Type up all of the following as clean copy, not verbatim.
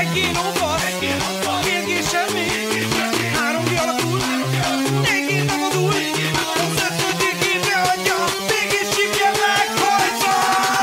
Egy kiló fasz, mégis semmi. Három kialakul, négy nem adul. Az ötödik évre adja, mégis csipje meghajtva.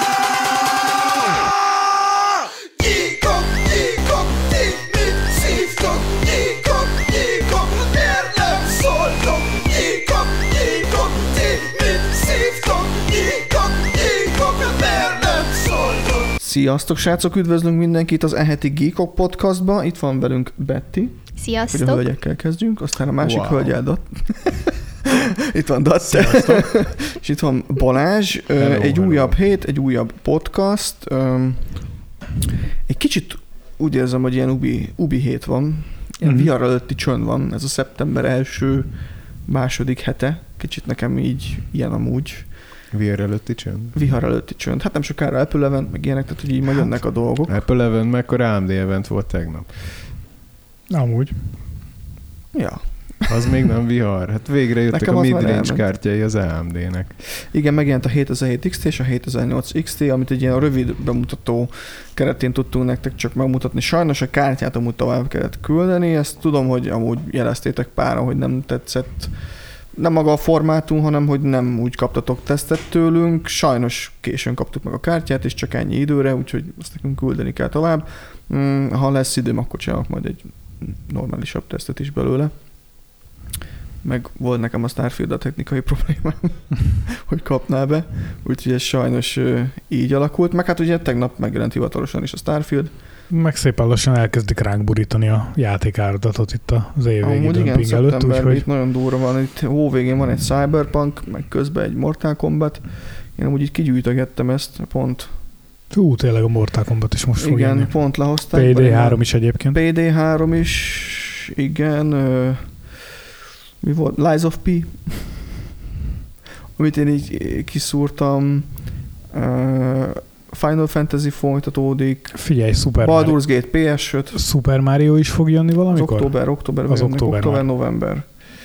Nyíkok, ti mit szívtok? Nyíkok, miért nem szóltok? Nyíkok, ti mit szívtok? Nyíkok, miért nem szóltok? Sziasztok, srácok! Üdvözlünk mindenkit az eheti Geekok podcastba. Itt van velünk Betty. Sziasztok! Hogy a hölgyekkel kezdjünk, aztán a másik hölgy eldott. Itt van Datte. És itt van Balázs. Egy újabb hét, egy újabb podcast. Egy kicsit úgy érzem, hogy ilyen ubi hét van. Ilyen vihar előtti csönd van. Ez a szeptember első, második hete. Kicsit nekem így ilyen amúgy. Vihar előtti csönd? Vihar előtti csönd. Hát nem sokára Apple event, meg ilyenek, tehát hogy így majd jönnek a dolgok. Apple event, meg akkor AMD event volt tegnap. Amúgy. Ja. Az még nem vihar. Hát végre jöttek Nekem a az midrange kártyái az AMD-nek. Igen, megjelent a 7007 XT és a 7008 XT, amit egy ilyen rövid bemutató keretén tudtunk nektek csak megmutatni. Sajnos a kártyát amúgy tovább kellett küldeni, ezt tudom, hogy amúgy jeleztétek páran, hogy nem tetszett nem maga a formátum, hanem hogy nem úgy kaptatok tesztet tőlünk. Sajnos későn kaptuk meg a kártyát, és csak ennyi időre, úgyhogy azt nekünk küldeni kell tovább. Ha lesz időm, akkor csinálok majd egy normálisabb tesztet is belőle. Meg volt nekem a Starfield-a technikai problémám, hogy kapná be. Úgyhogy ez sajnos így alakult. Meg hát ugye tegnap megjelent hivatalosan is a Starfield. Meg szépen lassan elkezdik ránk burítani a játékáradatot itt az év végi dömping előtt. Úgyhogy itt nagyon durva van. Itt hóvégén van egy Cyberpunk, meg közben egy Mortal Kombat. Én amúgy így kigyűjtögettem ezt pont. Tényleg a Mortal Kombat is most fog jönni. Igen, pont lehozták. PD3 is egyébként. PD3 is, igen. Mi volt? Lies of P. Amit én így kiszúrtam. Final Fantasy folytatódik. Figyelj, Baldur's Gate PS5. Super Mario is fog jönni valamikor? Október-november.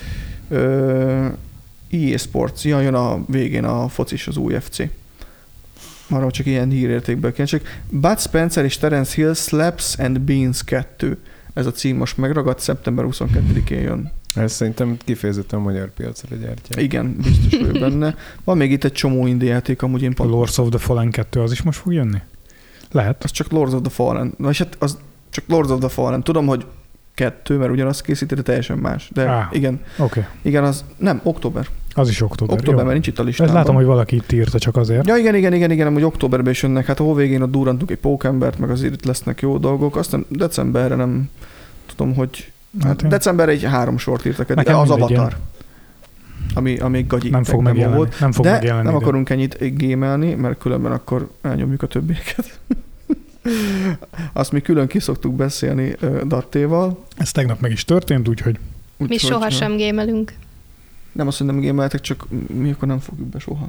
EA Sports. Jön a végén a focis, az új FC. Arra csak ilyen hírértékből kell. Csak Bud Spencer és Terence Hill Slaps and Beans 2. Ez a cím most megragadt, szeptember 22-én jön. Ez szerintem kifejezetten magyar piacra gyártják. Igen, biztos vagyok benne. Van még itt egy csomó indie játék, amúgy én pont... Lords of the Fallen 2 az is most fog jönni? Lehet. Az csak Lords of the Fallen. Vagy hát az csak Lords of the Fallen. Tudom, hogy 2, mert ugyanazt készíti, de teljesen más. De igen. Okay. Igen, az nem, október. Az is október. Október, mert nincs itt a listában. Látom, hogy valaki itt írta csak azért. Ja, igen, amúgy októberben is jönnek. Hát a hóvégén ott durrantunk egy pókembert, meg azért itt lesznek jó dolgok. Aztán decemberre nem tudom, hogy... Hát decemberre egy 3 sort írtak eddig. Az Avatar. Ami gagyi. Nem fog megjelenni. Volt. Nem fog megjelenni. Nem akarunk ennyit gémelni, mert különben akkor elnyomjuk a többieket. Azt mi külön ki szoktuk beszélni Dattéval. Ez tegnap meg is történt, úgyhogy... Mi sohasem gémelünk. Nem azt, hogy nem gémeltek, csak mi akkor nem fogjuk be soha.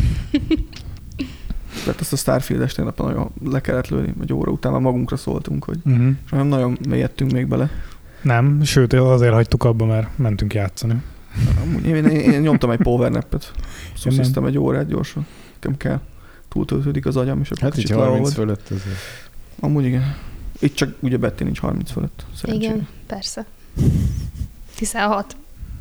Tehát azt a Starfield-est tegnap nagyon le kellett lőni, egy óra után már magunkra szóltunk, hogy és nem nagyon mélyedtünk még bele. Nem, sőt azért hagytuk abba, mert mentünk játszani. Én nyomtam egy powernap-et. Szusziztem egy órát gyorsan. Nekem kell. Túltöltődik az agyam, és akkor hát így 30 fölött azért. Amúgy igen. Itt csak ugye Betty nincs 30 fölött. Szerencsére. Igen, persze. 16.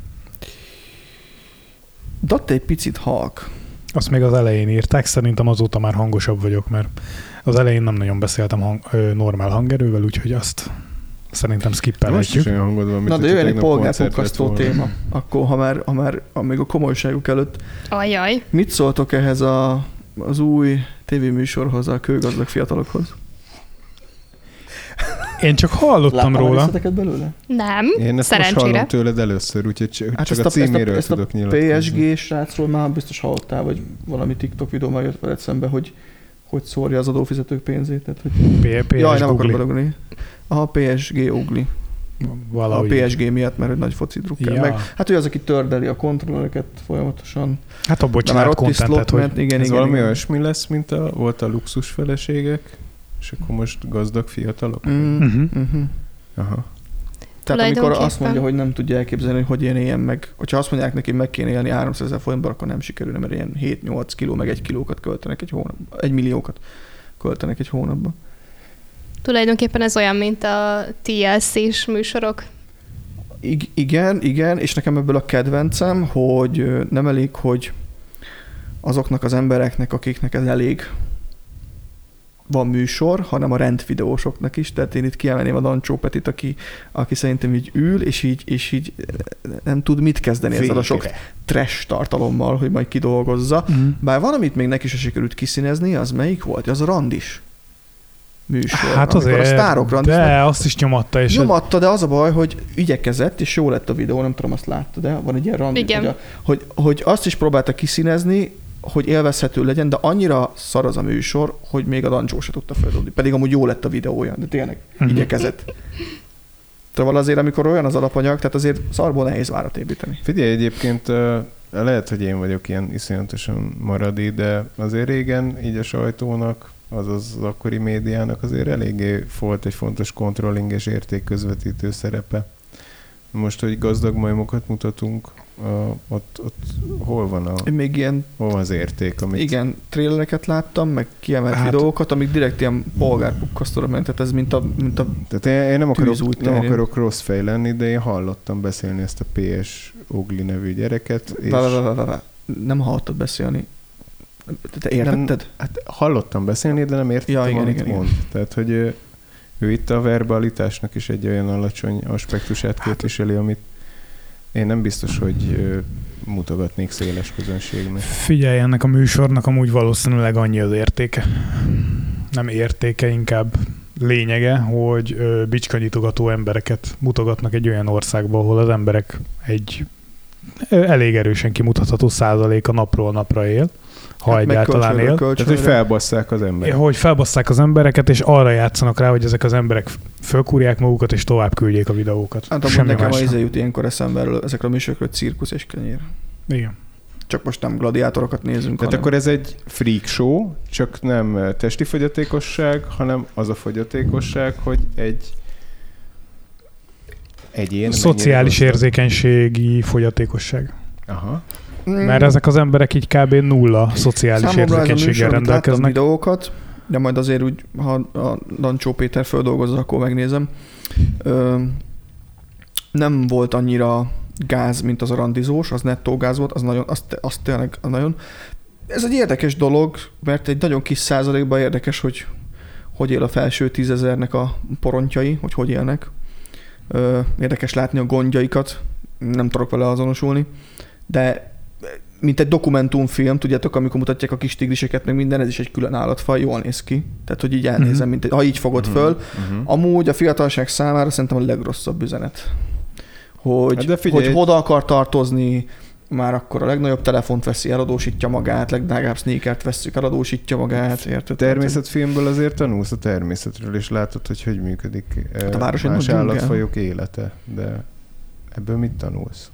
Datte egy picit halk. Azt még az elején írták, szerintem azóta már hangosabb vagyok, mert az elején nem nagyon beszéltem normál hangerővel, úgyhogy azt szerintem skippelhetjük. Na de jöjjön egy polgárpukkasztó téma, akkor ha már még a komolyságuk előtt. Ajaj. Mit szóltok ehhez az új tévéműsorhoz, a kőgazdag fiatalokhoz? Én csak hallottam róla. Láttam belőle? Nem, én ezt szerencsére. most hallom tőled először, úgyhogy csak a címéről tudok nyilatkozni. Ezt a PSG srácról már biztos hallottál, vagy valami TikTok videó már jött veled szembe, hogy szórja az adófizetők pénzét. Tehát, hogy... Jaj, nem akarok belogni. A PSG ugli. Valahogy. A PSG miatt, mert egy nagy foci drukker. Ja. Meg, hát ő az, aki tördeli a kontrollereket folyamatosan. Hát abból csinált kontentet, hogy... Ez valami olyasmi lesz, mint volt a luxus feleségek, és akkor most gazdag fiatalok? Aha. Tehát amikor azt mondja, hogy nem tudja elképzelni, hogy ilyen éljen meg, hogyha azt mondják neki, meg kéne élni 300 000 forintban, akkor nem sikerülne, mert ilyen 7-8 kiló, meg 1 kilókat költenek egy hónapban. 1 milliókat költenek egy hónapban. Tulajdonképpen ez olyan, mint a TLC-s műsorok. Igen, és nekem ebből a kedvencem, hogy nem elég, hogy azoknak az embereknek, akiknek ez elég van műsor, hanem a rendvideósoknak is. Tehát én itt kiemelném a Dancsó Petit, aki szerintem így ül, és így nem tud mit kezdeni ezzel a sok trash tartalommal, hogy majd kidolgozza. Bár valamit még neki is sikerült kiszínezni, az melyik volt? Az a randis műsor. Hát azért, a sztárok randiznak. de azt is nyomatta. És nyomatta, de az a baj, hogy igyekezett, és jó lett a videó, nem tudom, azt láttad, de van egy ilyen randi, hogy azt is próbálta kiszínezni, hogy élvezhető legyen, de annyira szar az a műsor, hogy még a Dancsó se tudta feldobni. Pedig amúgy jó lett a videója, de tényleg igyekezett. Tehát azért, amikor olyan az alapanyag, tehát azért szarból nehéz várat építeni. Figyelj, egyébként lehet, hogy én vagyok ilyen iszonyatosan maradi, de azért régen így a sajtónak, azaz az akkori médiának azért eléggé volt egy fontos controlling és értékközvetítő szerepe. Most, hogy gazdag majmokat mutatunk, ott hol van hol van az érték? Amit... Igen, trailereket láttam, meg kiemelt videókat, amik direkt ilyen polgárpukkasztóra ment, tehát ez mint a tehát én nem akarok rossz fej lenni, de én hallottam beszélni ezt a PS Ugly nevű gyereket. És... Nem hallottad beszélni. Te értetted? Hát hallottam beszélni, de nem értettem, amit mond. Tehát, hogy ő itt a verbalitásnak is egy olyan alacsony aspektusát képviseli, amit én nem biztos, hogy mutogatnék széles közönségnek. Figyelj, ennek a műsornak amúgy valószínűleg annyi az értéke. Nem értéke, inkább lényege, hogy bicskanyitogató embereket mutogatnak egy olyan országba, ahol az emberek egy elég erősen kimutatható százaléka napról napra él. Ha egyáltalán él. Tehát, hogy felbasszák az embereket. Hogy felbasszák az embereket, és arra játszanak rá, hogy ezek az emberek fölkúrják magukat, és tovább küldjék a videókat. Hát amúgy nekem az jut ilyenkor eszembe erről, ezekről a műsorokról, cirkusz és kenyér. Igen. Csak most nem gladiátorokat nézünk. Tehát akkor ez egy freak show, csak nem testi fogyatékosság, hanem az a fogyatékosság, hogy egy egyén... Szociális érzékenységi fogyatékosság. Aha. Mert ezek az emberek így kb. Nulla szociális érzékenységgel rendelkeznek. Láttam videókat, de majd azért úgy, ha a Dancsó Péter földolgozza, akkor megnézem. Nem volt annyira gáz, mint az a randizós, az nettó gáz volt, az tényleg nagyon. Ez egy érdekes dolog, mert egy nagyon kis százalékban érdekes, hogy él a felső 10 000-nek a porontjai, hogy élnek. Érdekes látni a gondjaikat, nem tudok vele azonosulni, de mint egy dokumentumfilm, tudjátok, amikor mutatják a kis tigriseket, meg minden, ez is egy külön állatfaj, jól néz ki. Tehát, hogy így elnézem, ha így fogod föl. Amúgy a fiatalság számára szerintem a legrosszabb üzenet. Hogy oda akar tartozni, már akkor a legnagyobb telefont veszi, eladósítja magát, legdrágább sneakert veszük, eladósítja magát, érted? Természetfilmből azért tanulsz a természetről, és látod, hogy működik más állatfajok élete. De ebből mit tanulsz?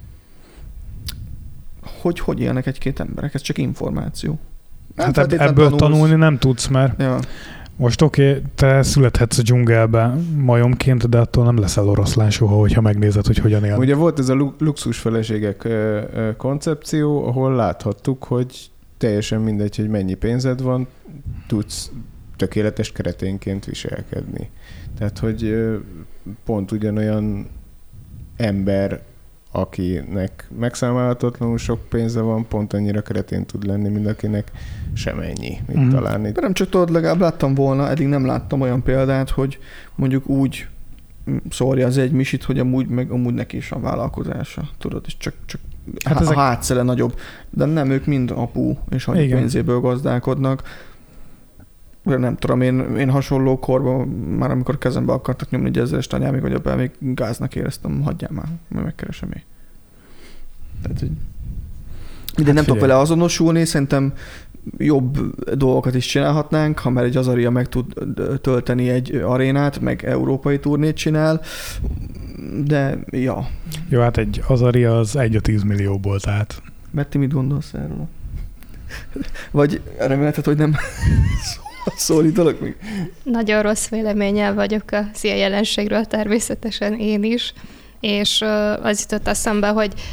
Hogy élnek egy-két emberek, ez csak információ. Hát ebből tanulni nem tudsz, mert most oké, te születhetsz a dzsungelbe majomként, de attól nem leszel oroszlán soha, hogyha megnézed, hogy hogyan él. Ugye volt ez a luxus feleségek koncepció, ahol láthattuk, hogy teljesen mindegy, hogy mennyi pénzed van, tudsz tökéletes kreténként viselkedni. Tehát, hogy pont ugyanolyan ember, akinek megszámálhatatlanul sok pénze van, pont annyira kretén tud lenni, mint akinek semennyi, mint találni. De nem csak tudod, legalább láttam volna, eddig nem láttam olyan példát, hogy mondjuk úgy szórja az egy misit, hogy amúgy neki is a vállalkozása, tudod, és csak hát a hátszele nagyobb. De nem, ők mind apu és annyi pénzéből gazdálkodnak. Nem tudom, én hasonló korban, már amikor kezembe akartak nyomni egy 1000-es tanyámig, vagy abban még gáznak éreztem, hagyjál már, majd megkeresem én. Tehát, hogy... De nem tudok vele azonosulni, szerintem jobb dolgokat is csinálhatnánk, ha már egy Azaria meg tud tölteni egy arénát, meg európai turnét csinál, de ja. Jó, hát egy Azaria az 1-10 millióból, tehát. Berti, mit gondolsz erről? Vagy remélheted, hogy nem szólítalak még? Nagyon rossz véleménnyel vagyok az ilyen jelenségről, természetesen én is, és az jutott eszembe, hogy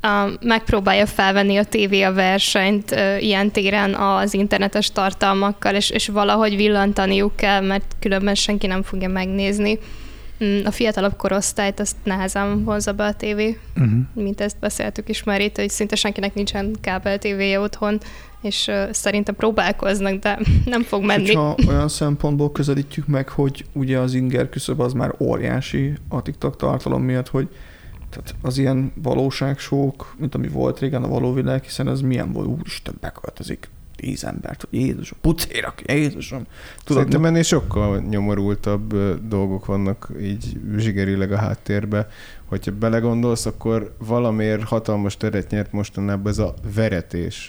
megpróbálja felvenni a tévé a versenyt ilyen téren az internetes tartalmakkal, és valahogy villantaniuk kell, mert különben senki nem fogja megnézni. A fiatalabb korosztályt azt nehezen vonza be a tévé, mint ezt beszéltük is már itt, hogy szinte senkinek nincsen kábel tévéje otthon, és szerintem próbálkoznak, de nem fog menni. Ha olyan szempontból közelítjük meg, hogy ugye az inger küszöb az már óriási a TikTok tartalom miatt, hogy tehát az ilyen valóságsók, mint ami volt régen a való világ, hiszen az milyen volt, úristen, beköltözik 10 embert, hogy Jézusom, pucérak, Jézusom. Szerintem ennél sokkal nyomorultabb dolgok vannak így zsigerileg a háttérbe. Hogyha belegondolsz, akkor valamiért hatalmas teret nyert mostanában ez a veretés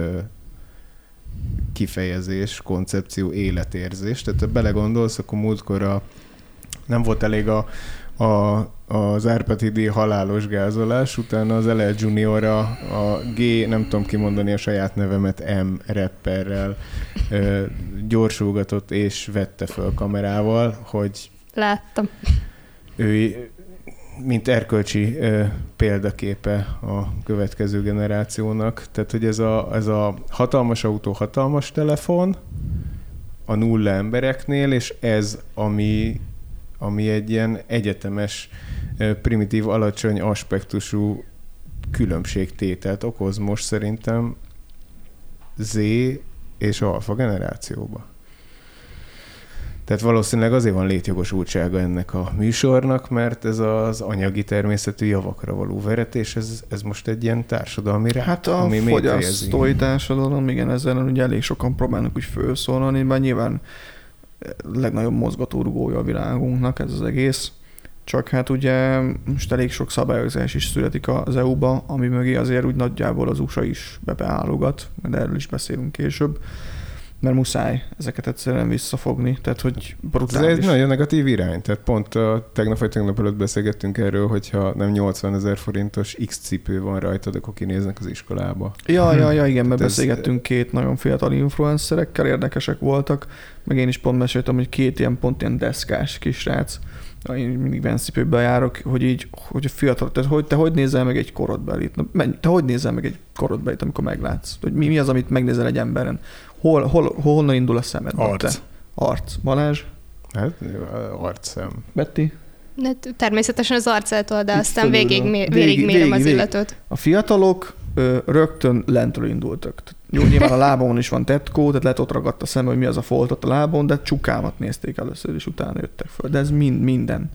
kifejezés, koncepció, életérzés. Tehát ha belegondolsz, akkor múltkor nem volt elég az Árpád-hídi halálos gázolás, utána az LL Junior a G, nem tudom kimondani a saját nevemet, M rapperrel gyorsulgatott és vette föl kamerával, hogy láttam. Ő mint erkölcsi példaképe a következő generációnak. Tehát, hogy ez a hatalmas autó, hatalmas telefon a nulla embereknél, és ez, ami egy ilyen egyetemes, primitív, alacsony aspektusú különbségtételt okoz most szerintem Z és alfa generációba. Tehát valószínűleg azért van létjogosultsága ennek a műsornak, mert ez az anyagi természetű javakra való veretés, ez most egy ilyen társadalmi rá, hát a fogyasztói társadalom, igen, ezzel ugye elég sokan próbálnak úgy felszólalni, bár nyilván legnagyobb mozgatórugója a világunknak ez az egész. Csak hát ugye most elég sok szabályozás is születik az EU-ba, ami mögé azért úgy nagyjából az USA is beállogat, de erről is beszélünk később, mert muszáj ezeket egyszerűen visszafogni, tehát hogy brutális. Ez egy nagyon negatív irány, tehát pont tegnap előtt beszélgettünk erről, hogyha nem 80 000 forintos X cipő van rajtad, akkor kinéznek az iskolába. Ja, igen, mert beszélgettünk két nagyon fiatal influencerekkel, érdekesek voltak, meg én is pont meséltem, hogy két ilyen pont ilyen deszkás kisrác, én mindig Vance-cipőben járok, hogy így, hogy a fiatal, tehát te hogy nézel meg egy korodbelit? Te hogy nézel meg egy korodbelit, amikor meglátsz? Hogy mi az, amit megnézel egy emberen? Honnan indul a szemed? Arc. Balázs? Hát, arcszem. Betty? Természetesen az arcától, de aztán végigmérem az illetőt. A fiatalok rögtön lentről indultak. Jó, nyilván a lábon is van tetkó, tehát lehet ott ragadt a szembe, hogy mi az a folt ott a lábon, de csukámat nézték először, és utána jöttek föl. De ez minden.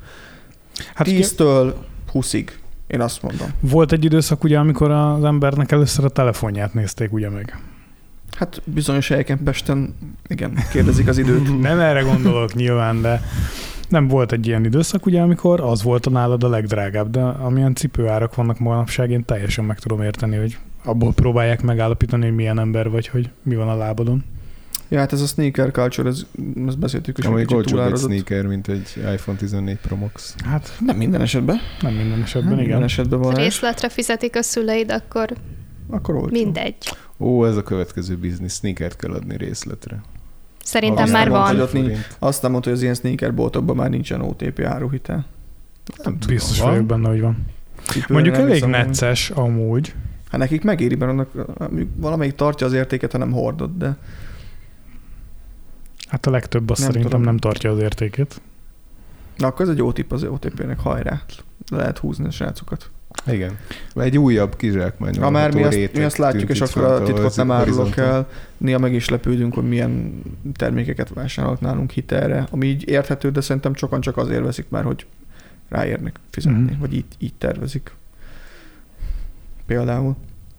Hát 10-től 20-ig, én azt mondom. Volt egy időszak ugye, amikor az embernek először a telefonját nézték ugye meg. Hát bizonyos helyeken Pesten, igen, kérdezik az időt. Nem erre gondolok nyilván, de nem volt egy ilyen időszak, ugye, amikor az volt nálad a legdrágább, de amilyen cipőárak vannak manapság, én teljesen meg tudom érteni, hogy abból próbálják megállapítani, hogy milyen ember vagy, hogy mi van a lábadon. Ja, hát ez a sneaker culture, ezt beszéltük is, hogy kicsit túlárazott. Egy sneaker, mint egy iPhone 14 Pro Max. Hát nem minden esetben. Igen. Minden esetben van. Részletre fizetik a szüleid, akkor olcsó. Mindegy. Ez a következő biznisz, sneakert kell adni részletre. Szerintem már van. Azt nem mondta, hogy az ilyen sneakerboltokban már nincsen OTP áruhitel. Nem tudom. Biztos vagyok benne, hogy van. Mondjuk elég necces amúgy. Hát nekik megéri, mert annak valamelyik tartja az értéket, ha nem hordod, de... Hát a legtöbb azt szerintem nem tartja az értékét. Na akkor ez egy jó tipp az OTP-nek, hajrá. Lehet húzni a srácokat. Igen. Egy újabb kizsákmányolható már mi azt látjuk, és akkor a titkot nem árulok el. Néha meg is lepődünk, hogy milyen termékeket vásárolnak nálunk hitelre, ami így érthető, de szerintem sokan csak azért veszik már, hogy ráérnek fizetni, vagy így tervezik. Például.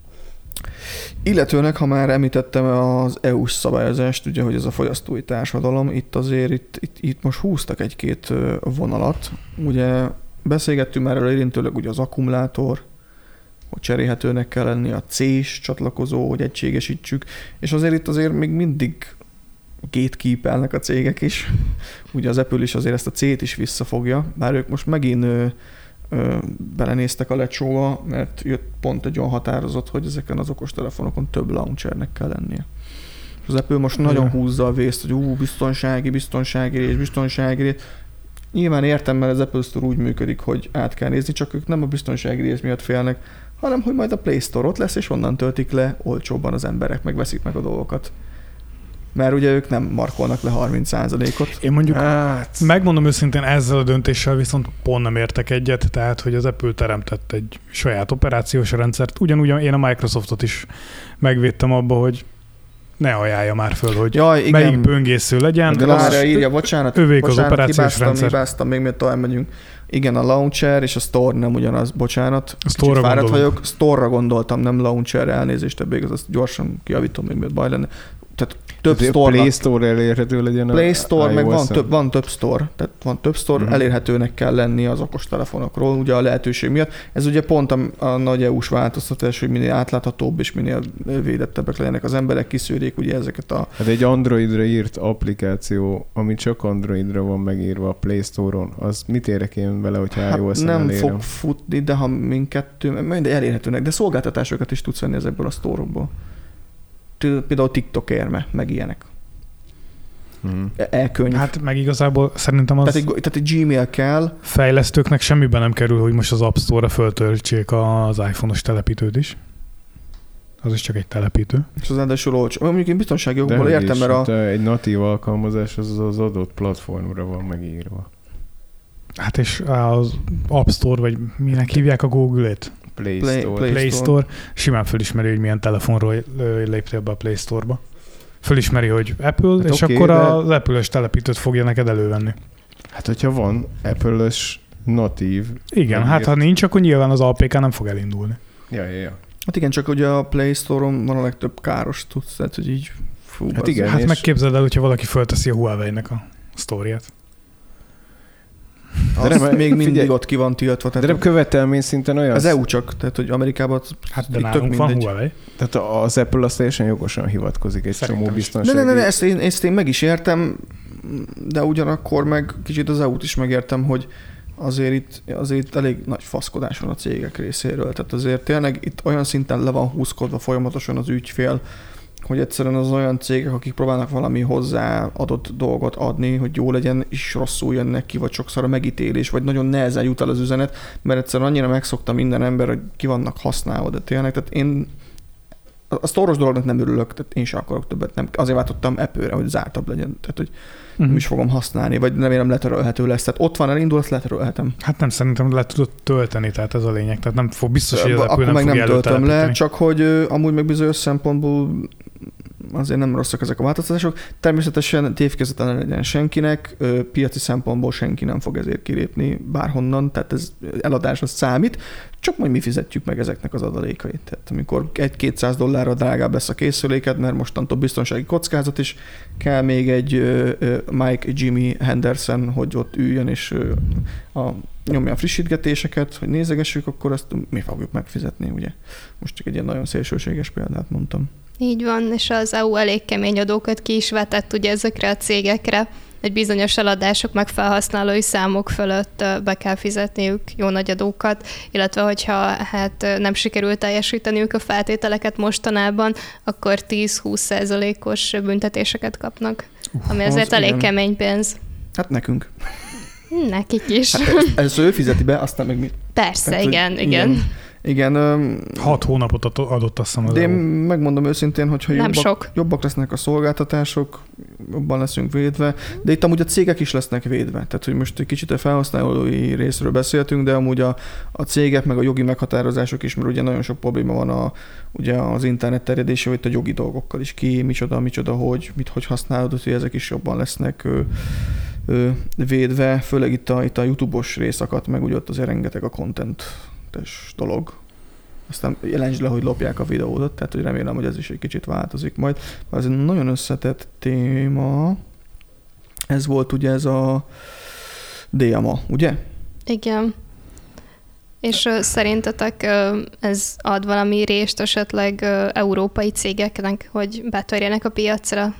Illetőleg, ha már említettem az EU-s szabályozást, ugye, hogy ez a fogyasztói társadalom, itt azért itt most húztak egy-két vonalat. Ugye beszélgettünk már erről érintőleg ugye az akkumulátor, hogy cserélhetőnek kell lenni, a C-s csatlakozó, hogy egységesítsük, és azért még mindig gatekeepelnek a cégek is. Ugye az Apple is azért ezt a C-t is visszafogja, bár ők most megint belenéztek a lecsóba, mert jött pont egy olyan határozat, hogy ezeken az okostelefonokon több launchernek kell lennie. És az Apple most nagyon húzza a vészt, hogy biztonsági rész. Nyilván értem, mert az Apple Store úgy működik, hogy át kell nézni, csak ők nem a biztonsági rész miatt félnek, hanem hogy majd a Play Store ott lesz, és onnan töltik le olcsóbban az emberek, meg veszik meg a dolgokat. Mert ugye ők nem markolnak le 30%-ot. Én mondjuk megmondom őszintén, ezzel a döntéssel viszont pont nem értek egyet, tehát hogy az Apple teremtett egy saját operációs rendszert. Ugyanúgy én a Microsoftot is megvédtem abba, hogy ne ajánlja már föl, hogy melyik böngésző legyen. De Lára írja, bocsánat, az operációs rendszer. Hibáztam, még miért tovább megyünk. Igen, a launcher és a store nem ugyanaz, bocsánat. A store-ra fáradt vagyok. Store-ra gondoltam, nem launcher, elnézést, ebből azt gyorsan kiavítom, még miért baj lenne. Tehát több store-nak. Play Store elérhető legyen Play Store, meg van több store. Tehát van több store, elérhetőnek kell lenni az okostelefonokról, ugye a lehetőség miatt. Ez ugye pont a nagy EU-s változtatás, hogy minél átláthatóbb és minél védettebbek legyenek az emberek, kiszűrjék ugye ezeket a... Hát egy Androidra írt applikáció, ami csak Androidra van megírva a Play Store-on, az mit érek én vele, hogyha iOS-en nem elérem? fog futni, de ha mindkettő, mind elérhetőnek, de szolgáltatásokat is tudsz venni ezekből a store-okból. Például TikTok érme, meg ilyenek. E-könyv. Hát meg igazából szerintem az... Tehát egy Gmail kell. Fejlesztőknek semmiben nem kerül, hogy most az App Store-ra föltöltsék az iPhone-os telepítőt is. Az is csak egy telepítő. És az ráadásul olcsó. Mondjuk én biztonsági jogból értem, mert egy natív alkalmazás az adott platformra van megírva. Hát és az App Store, vagy minek hívják a Google-et? Play Store simán fölismeri, hogy milyen telefonról léptél be a Play Store-ba. Fölismeri, hogy Apple, hát és akkor az Apple-ös telepítőt fogja neked elővenni. Hát, hogyha van Apple-ös natív... Igen, hát ha nincs, akkor nyilván az APK nem fog elindulni. Ja. Hát igen, csak ugye a Play Store-on van a legtöbb káros tudsz, tehát hogy így... Fú, hát igen, hát megképzeld el, hogyha valaki fölteszi a Huawei-nek a sztóriát. Még mindig ott ki van tiltva. De nem követelmény szinten olyan... Az EU csak, tehát hogy Amerikában... Hát de nálunk van Huawei. Tehát az Apple azt teljesen jogosan hivatkozik egy csomó biztonsági... Ne, ezt én meg is értem, de ugyanakkor meg kicsit az EU-t is megértem, hogy azért itt elég nagy faszkodás van a cégek részéről. Tehát azért tényleg itt olyan szinten le van húzkodva folyamatosan az ügyfél, hogy egyszerűen az olyan cégek, akik próbálnak valami hozzá adott dolgot adni, hogy jó legyen, és rosszul jönnek ki, vagy sokszor a megítélés, vagy nagyon nehezen jut el az üzenet, mert egyszerűen annyira megszokta minden ember, hogy ki vannak használva, de tényleg, tehát én a sztoros dolognak nem örülök, tehát én sem akarok többet, nem. Azért váltottam Apple-re, hogy zártabb legyen, tehát hogy nem is fogom használni, vagy remélem letörölhető lesz. Tehát ott van, elindul, azt letörölhetem. Hát nem, szerintem le tudod tölteni, tehát ez a lényeg, tehát nem fog biztos, hogy az Apple nem fogja töltöm le, csak hogy amúgy meg bizonyos szempontból azért nem rosszak ezek a változtatások. Természetesen tévkezeten ne legyen senkinek, piaci szempontból senki nem fog ezért kilépni bárhonnan, tehát ez eladáshoz számít, csak majd mi fizetjük meg ezeknek az adalékait. Tehát amikor $200 drágább lesz a készüléket, mert mostantól biztonsági kockázat is, kell még egy Mike Jimmy Henderson, hogy ott üljön és nyomja a frissítgetéseket, hogy nézegessük, akkor ezt mi fogjuk megfizetni, ugye? Most csak egy ilyen nagyon szélsőséges példát mondtam. Így van, és az EU elég kemény adókat ki is vetett ugye ezekre a cégekre, hogy bizonyos eladások meg felhasználói számok fölött be kell fizetniük jó nagy adókat, illetve hogyha hát nem sikerült teljesíteniük a feltételeket mostanában, akkor 10-20%-os büntetéseket kapnak, ami azért elég kemény pénz. Hát nekünk. Nekik is. Hát először ő fizeti be, aztán meg mi. Persze, tehát, igen. 6 hónapot adott, azt hiszem, az de én megmondom őszintén, hogyha jobbak lesznek a szolgáltatások, jobban leszünk védve, de itt amúgy a cégek is lesznek védve. Tehát, hogy most egy kicsit a felhasználói részről beszéltünk, de amúgy a cégek meg a jogi meghatározások is, mert ugye nagyon sok probléma van ugye az internet terjedésével, itt a jogi dolgokkal is ki, micsoda, hogy használod, hogy ezek is jobban lesznek védve, főleg itt a YouTube-os részakat, meg ugye ott azért rengeteg a content-es dolog. Aztán jelentsd le, hogy lopják a videódat, tehát hogy remélem, hogy ez is egy kicsit változik majd. Ez egy nagyon összetett téma. Ez volt ugye ez a DMA, ugye? Igen. És szerintetek ez ad valami rést esetleg európai cégeknek, hogy betörjenek a piacra?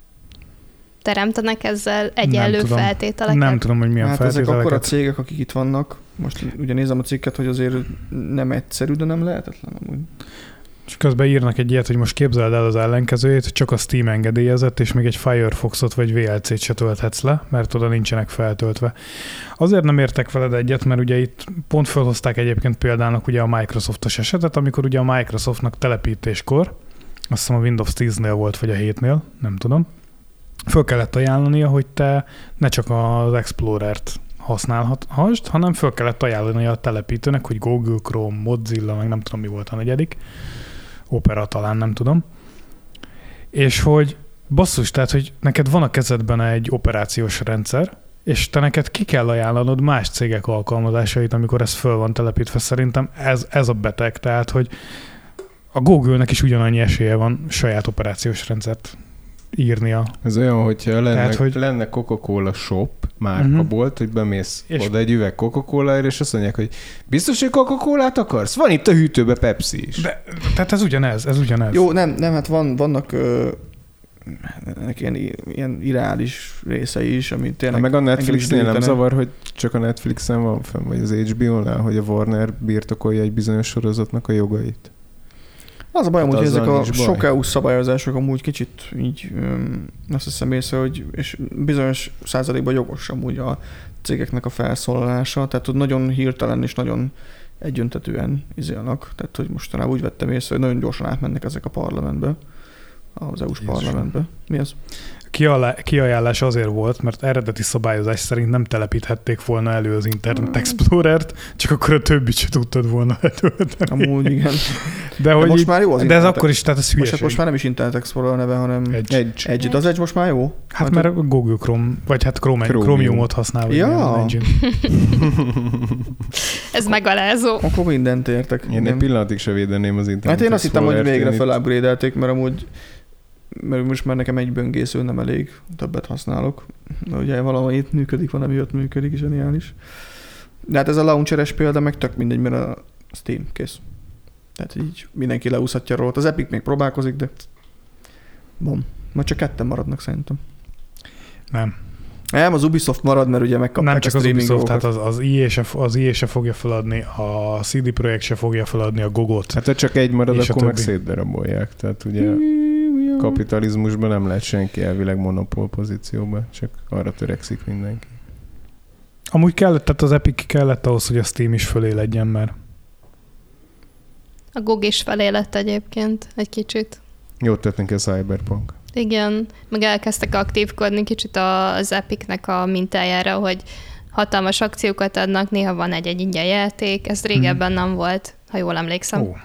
Teremtenek ezzel egyenlő feltételeket? Nem tudom, hogy milyen feltételeket. Ezek akkor a cégek, akik itt vannak, most ugye nézem a cikket, hogy azért nem egyszerű, de nem lehetetlen amúgy. És közben írnak egy ilyet, hogy most képzeld el az ellenkezőjét, csak a Steam engedélyezett, és még egy Firefoxot vagy VLC-t se tölthetsz le, mert oda nincsenek feltöltve. Azért nem értek veled egyet, mert ugye itt pont felhozták egyébként példának ugye a Microsoftos esetet, amikor ugye a Microsoftnak telepítéskor, azt hiszem a Windows 10-nél volt, vagy a 7-nél, nem tudom, föl kellett ajánlania, hogy te ne csak az Explorer-t használhassd, hanem föl kellett ajánlani a telepítőnek, hogy Google, Chrome, Mozilla, meg nem tudom mi volt a negyedik, Opera talán, nem tudom. És hogy basszus, tehát, hogy neked van a kezedben egy operációs rendszer, és te neked ki kell ajánlanod más cégek alkalmazásait, amikor ez föl van telepítve. Szerintem ez a beteg, tehát, hogy a Google-nek is ugyanannyi esélye van saját operációs rendszert írnia. Ez olyan, hogyha lenne Coca-Cola shop, márkabolt, hogy bemész oda egy üveg Coca-Cola-ért, és azt mondják, hogy biztos, hogy Coca-Colát akarsz? Van itt a hűtőbe Pepsi is. Tehát ez ugyanez. Jó, nem, hát vannak ilyen irreális részei is, amit tényleg... Meg a Netflixnél nem zavar, hogy csak a Netflixen van fenn, vagy az HBO-nál, hogy a Warner birtokolja egy bizonyos sorozatnak a jogait. Az a bajom, hogy ezek a sok EU szabályozások amúgy kicsit így azt hiszem észre, hogy és bizonyos százalékban jogos amúgy a cégeknek a felszólalása, tehát hogy nagyon hirtelen és nagyon egyöntetűen izélnek. Tehát, hogy mostanában úgy vettem észre, hogy nagyon gyorsan átmennek ezek a parlamentbe, az EU-s parlamentbe. Mi az? Kiajánlás azért volt, mert eredeti szabályozás szerint nem telepíthették volna elő az Internet Explorer-t, csak akkor a többit se tudtad volna letölteni. Amúgy igen. De most már jó az de ez akkor is, tehát ez hülyeség. Most már nem is Internet Explorer neve, hanem Edge. De az Edge most már jó? Hát mert a Google Chrome, vagy hát Chromium-ot használ. Ja. Ez megalázó. Akkor mindent értek. Én egy pillanatig se védeném az Internet. Hát én azt hittem, hogy végre felupgrade-elték, mert amúgy most már nekem egy böngésző nem elég, többet használok. De ugye valahol itt működik, van, amiatt működik, zseniális. De hát ez a launcheres példa meg tök mindegy, mert a Steam kész. Tehát így mindenki leúszhatja róla. Az Epic még próbálkozik, de bom. Majd csak ketten maradnak szerintem. Nem, az Ubisoft marad, mert ugye megkapták nem csak a streaming az Ubisoft, jogokat. tehát az EA se fogja feladni, a CD Projekt se fogja feladni a GOG-ot. Hát ha csak egy marad, akkor meg szétdarabolják. Tehát ugye kapitalizmusban nem lehet senki elvileg monopól pozícióban, csak arra törekszik mindenki. Amúgy kellett, tehát az Epic kellett ahhoz, hogy a Steam is fölé legyen, mert a GOG is felé lett egyébként egy kicsit. Jót tett neki a Cyberpunk. Igen, meg elkezdtek aktívkodni kicsit az Epicnek a mintájára, hogy hatalmas akciókat adnak, néha van egy ingyen játék, ez régebben nem volt, ha jól emlékszem. Ó.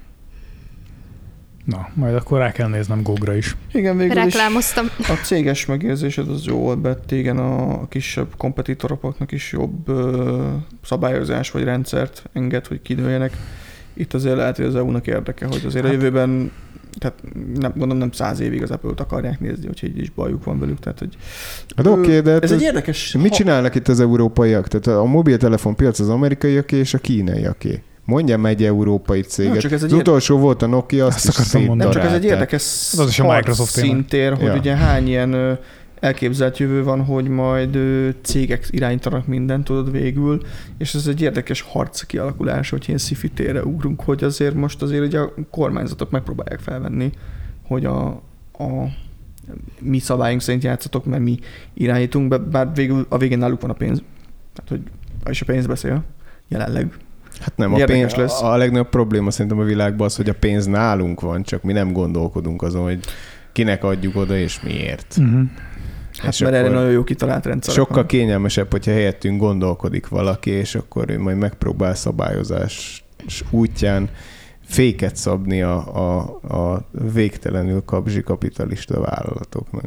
Na, majd akkor rá kell néznem GOG-ra is. Igen, végül reklámoztam. is a céges megérzésed az jó volt, mert igen, a kisebb kompetitoroknak is jobb szabályozás vagy rendszert enged, hogy kinőjenek. Itt azért lehet, hogy az EU-nak érdeke, hogy azért a jövőben, tehát gondolom nem 100 évig az Apple-t akarják nézni, hogy így is bajuk van velük. Tehát, hogy hát oké, de ez egy érdekes... Mit csinálnak itt az európaiak? Tehát a mobiltelefon piac az amerikaiaké és a kínaiaké. Mondjam egy európai céget. Az utolsó volt a Nokia, azt is szétdarálták. Nem csak ez egy érdekes szintér, hogy ugye hány ilyen elképzelt jövő van, hogy majd cégek irányítanak mindent, tudod végül, és ez egy érdekes harc kialakulás, hogy ilyen sci-fi térre ugrunk, hogy azért most azért ugye a kormányzatok megpróbálják felvenni, hogy a mi szabályunk szerint játszatok, mert mi irányítunk, bár végül a végén náluk van a pénz. Tehát, hogy és a pénz beszél jelenleg. Hát nem, a legnagyobb probléma szerintem a világban az, hogy a pénz nálunk van, csak mi nem gondolkodunk azon, hogy kinek adjuk oda és miért. Hát mert erre nagyon jó kitalált rendszer. Sokkal kényelmesebb, hogyha helyettünk gondolkodik valaki, és akkor ő majd megpróbál szabályozás útján féket szabni a végtelenül kapzsi kapitalista vállalatoknak.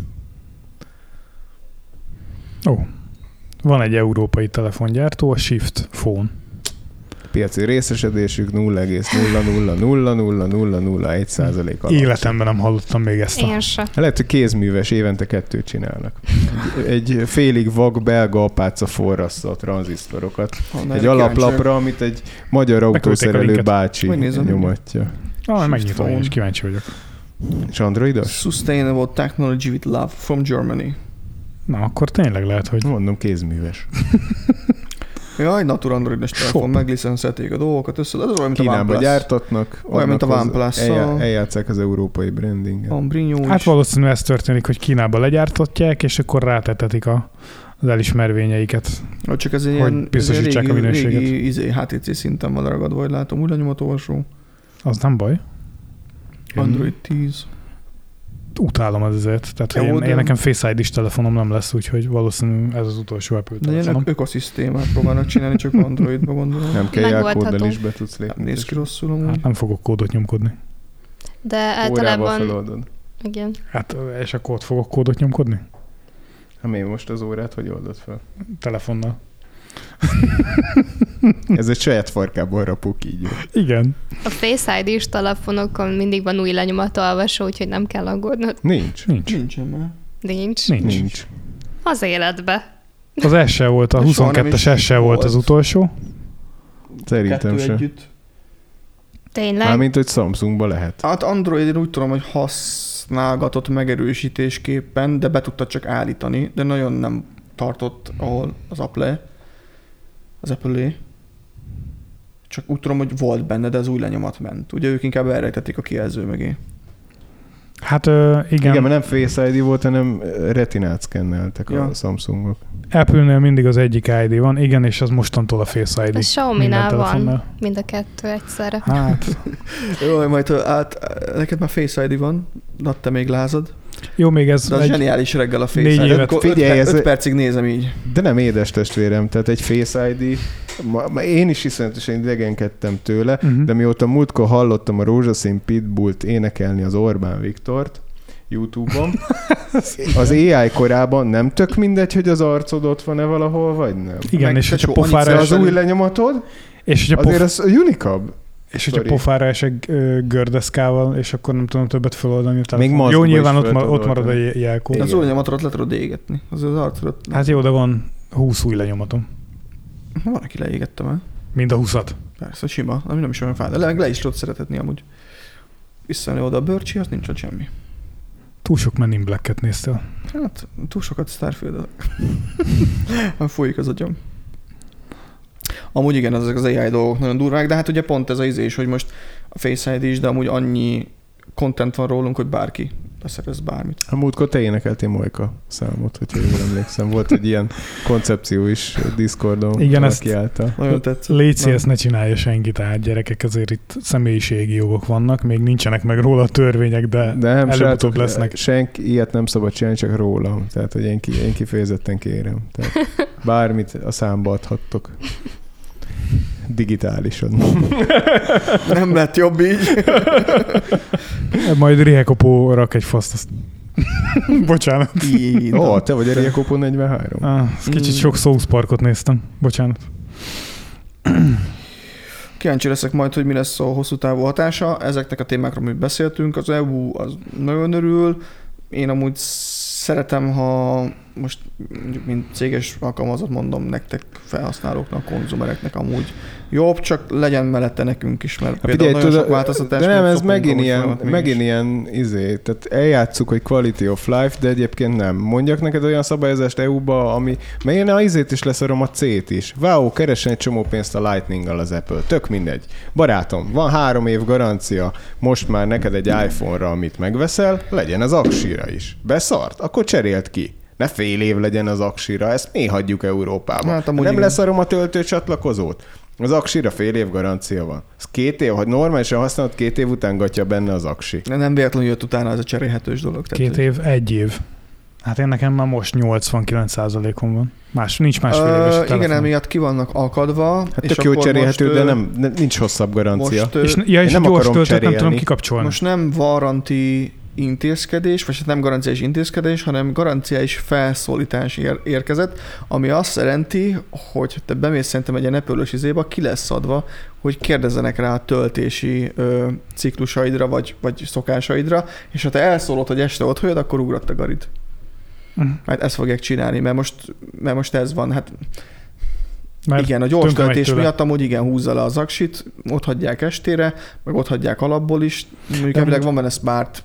Van egy európai telefongyártó, a Shift Phone. Piaci részesedésük 0,0000001% alatt. Életemben nem hallottam még ezt. Én sem. Lehet, hogy kézműves, évente 2 csinálnak. Egy félig vak belga apáca forrassza a tranzisztorokat. Egy alaplapra, amit egy magyar autószerelő bácsi nyomatja. Megnyitom, és kíváncsi vagyok. És androidos? Sustainable Technology with Love from Germany. Na, akkor tényleg lehet, hogy... Mondom, kézműves. Jaj, Natur Androidos telefon, Shop. megliszenszelték a dolgokat össze, ez olyan, mint a Kínában OnePlus. gyártatnak. Olyan, mint a OnePlus-szal. Eljátszák az európai brandinget. Ambrinyó Hát is. valószínűleg ez történik, hogy Kínába legyártatják, és akkor rátetetik az elismervényeiket. Csak ez egy hogy ilyen biztosítsák a minőséget. régi HTC szinten van ragadva, hogy látom, úgy lenyomatolvasó. Az nem baj. Android 10. Utálom ezért. Tehát Jó, én nekem Face ID-s telefonom nem lesz, úgyhogy valószínűleg ez az utolsó Apple De ilyen telefonom. ökoszisztémát próbálnak csinálni, csak Androidba gondolom. Nem kell Megoldható. jelkóddal is be tudsz lépni. Nem néz ki rosszul amúgy. Hát nem fogok kódot nyomkodni. De Órával általában... feloldod. Igen. Hát, és akkor ott fogok kódot nyomkodni? Hát mi most az órát hogy oldod fel? Telefonnal. Ez egy saját farkából rapuk így. Igen. A Face ID-s telefonokon mindig van új lenyomatolvasó, úgyhogy nem kell aggódnod. Nincs. Nincsen már. Nincs. Nincs. Az életbe. Az SE volt, a De soha nem 22-es is SE volt az volt. utolsó. Szerintem Kettő sem. együtt. Tényleg? Mármint, hogy Samsungba lehet. Hát Android én úgy tudom, hogy használgatott megerősítésképpen, de be tudtad csak állítani, de nagyon nem tartott, ahol az Apple. Csak úgy tudom, hogy volt benne, de az új lenyomat ment. Ugye ők inkább elrejtették a kijelző mögé. Hát igen, Igen, mert nem Face ID volt, hanem retinát szkenneltek Ja. a Samsungok. Apple-nél mindig az egyik ID van, igen, és az mostantól a Face ID. A Xiaomi-nál minden van telefonnál. mind a kettő egyszerre. Hát, Jó, majd neked már Face ID van, de te még lázad. jó, még ez De az zseniális reggel a Face 4 ID. évet- Figyelj, ez- 5 percig nézem így. De nem édes testvérem, tehát egy Face ID, én is iszonyatosan idegenkedtem tőle, de mióta múltkor hallottam a Rózsaszín Pitbullt énekelni az Orbán Viktort YouTube-on, az AI korában nem tök mindegy, hogy az arcod ott van-e valahol, vagy nem. igen, Meg és hogyha tesó, annyit pofára De az Szerzeni- új lenyomatod, és hogyha azért az unikabb. És hogyha Sorry. pofára esek gördeszkával, és akkor nem tudom többet feloldani a telefon. maszkba Jó, is nyilván fel tudod ott marad a oldani. jelkód. Az új lenyomatot le tudod égetni. Az arcodat. Hát jó, de van 20 új lenyomatom. Van, aki leégettem el. Mind a 20-at. Persze, sima. Ami nem is olyan fáj. De le is tudod szeretetni amúgy. Visszajönni oda a bőrcsi, az nincs ott semmi. Túl sok Men in Black-et néztél. Hát, túl sokat Starfield. Folyik az agyam. Amúgy igen, ezek az AI dolgok nagyon durvák, de hát ugye pont ez az izés, hogy most a Face ID is, de amúgy annyi content van rólunk, hogy bárki leszerez bármit. A múltkor te énekeltél Mojka számot, hogyha jól emlékszem. Volt egy ilyen koncepció is Discordon. Igen, ezt- által. Nagyon tetszett. Léci, Na. ezt ne csinálja senki, tehát gyerekek, azért itt személyiségi jogok vannak, még nincsenek meg róla a törvények, de De nem, előbb-utóbb srácok, lesznek. senki ilyet nem szabad csinálni, csak rólam. Tehát, hogy én kifejezetten kérem. Tehát bármit a számba adhattok. Digitálisan. Nem lett jobb így. Majd Riekopó rak egy faszt, azt... Bocsánat. Így. Ó, te vagy a Riekopó 43. Kicsit sok South Parkot néztem. Bocsánat. Kíváncsi leszek majd, hogy mi lesz a hosszú távú hatása. Ezeknek a témákról, amit beszéltünk, az EU az nagyon örül. Én amúgy szeretem, ha most mondjuk mint céges alkalmazott mondom nektek, felhasználóknak, konzumereknek amúgy jobb, csak legyen mellette nekünk is, mert például nagyon sok változtatás. de nem, miatt ez szokunk megint amúgy ilyen, folyamat megint mégis. ilyen tehát eljátszuk, hogy quality of life, de egyébként nem. Mondjak neked olyan szabályozást EU-ba, ami, mert én a izét is leszarom, a C-t is. Wow, keressen egy csomó pénzt a Lightning-gal az Apple. Tök mindegy. Barátom, van 3 év garancia, most már neked egy iPhone-ra, amit megveszel, legyen az aksira is. Beszart? Akkor cserélt ki. Ne fél év legyen az aksira, ezt mi hagyjuk Európába. Hát amúgy Nem igen. leszarom a töltőcsatlakozót. Az aksira fél év garancia van. Az 2 év, hogy normálisan használod, 2 év után gatja benne az aksi. Nem véletlenül jött utána ez a cserélhetős dolog. 2 év, 1 év. Hát én nekem már most 89%-on van. Nincs másfél éves telefon. Igen, emiatt ki vannak akadva. Hát és tök jó akkor cserélhető, most, de nincs hosszabb garancia. most, És, Én és a nem gyors akarom töltőt nem tudom cserélni. kikapcsolni. most nem warranty intézkedés, vagy hát nem garanciás intézkedés, hanem garanciális felszólítás érkezett, ami azt jelenti, hogy te bemész szerintem egy ilyen Apple-ös izéba, ki lesz adva, hogy kérdezzenek rá a töltési ciklusaidra, vagy szokásaidra, és ha te elszólod, hogy este ott hagyod, akkor ugrott a garid. Hát ezt fogják csinálni, mert most ez van. Hát Mert igen, a gyors tönkre megy töltés tőle. miatt amúgy igen húzza le az aksit, ott hagyják estére, meg ott hagyják alapból is. Mondjuk De elvileg van benne smart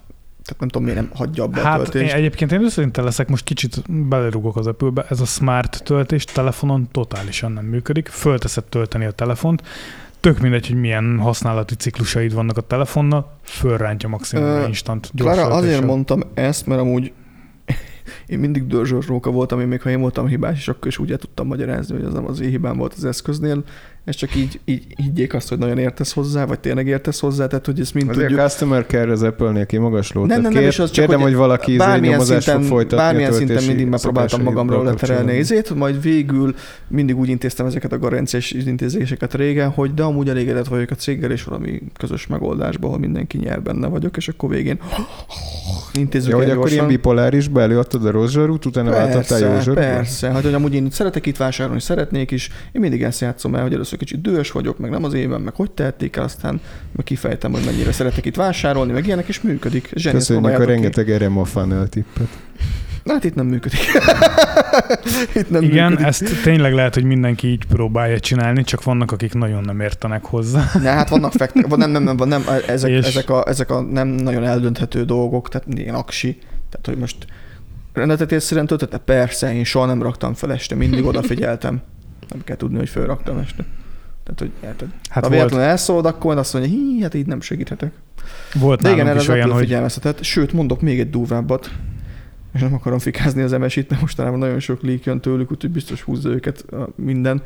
Tehát nem tudom, miért nem hagyja abba a Hát töltést. egyébként én őszinte leszek, most kicsit belerugok az Apple-be, ez a smart töltés telefonon totálisan nem működik. Fölteszed tölteni a telefont, tök mindegy, hogy milyen használati ciklusaid vannak a telefonnal, fölrántja maximum instant gyors Klára, azért töltéssel. mondtam ezt, mert amúgy én mindig dörzsös róka voltam, én még ha én voltam hibás, és akkor is úgy el tudtam magyarázni, hogy az nem az én hibám volt az eszköznél. Ez csak így higgyék azt, hogy nagyon értesz hozzá, vagy tényleg értesz hozzá, tehát hogy ezt mind Azért tudjuk. a customer care az Apple-nél kimagasló. Nem, és az csak, kérdem, hogy valaki nyomozást fog folytatni bármilyen a szinten töltési mindig megpróbáltam magamról szokásaidval leterelni kapcsolatban. ezért, majd végül mindig úgy intéztem ezeket a garanciás intézéseket régen, hogy de amúgy elégedett vagyok a céggel, és valami közös megoldásban, ahol mindenki nyer benne vagyok, és akkor végén intézzük Ja, hogy el akkor ilyen gyorsan. bipolárisba előadtad a rossz zsarút, utána váltottál jó zsarúba? Persze, hát hogy amúgy én szeretek itt vásárolni, szeretnék is, én mindig ezt játszom el, hogy először kicsit dühös vagyok, meg nem az évben, meg hogy tehették el, aztán meg kifejtem, hogy mennyire szeretek itt vásárolni, meg ilyenek, és működik. Zseni, ezt Köszönjük a próbáljátok ki. rengeteg RMA funnel tippet. Hát itt nem működik. Itt nem Igen, működik. ezt tényleg lehet, hogy mindenki így próbálja csinálni, csak vannak, akik nagyon nem értenek hozzá. Ne, hát vannak nem, És- ezek a nem nagyon eldönthető dolgok, tehát ilyen aksi. Tehát, hogy most rendeltetésszerűen töltötte? Persze, én soha nem raktam fel este, mindig odafigyeltem. Nem kell tudni, hogy fölraktam este. Tehát, hogy érted? Hát Ha véletlenül elszólod, akkor azt mondja, hát így nem segíthetek. volt De igen, nálunk erre is az olyan, Apple hogy figyelmeztetett. Sőt, mondok még egy durvábbat, és nem akarom fikázni az MS-it, mert mostanában nagyon sok leak jön tőlük, úgyhogy biztos húzza őket minden.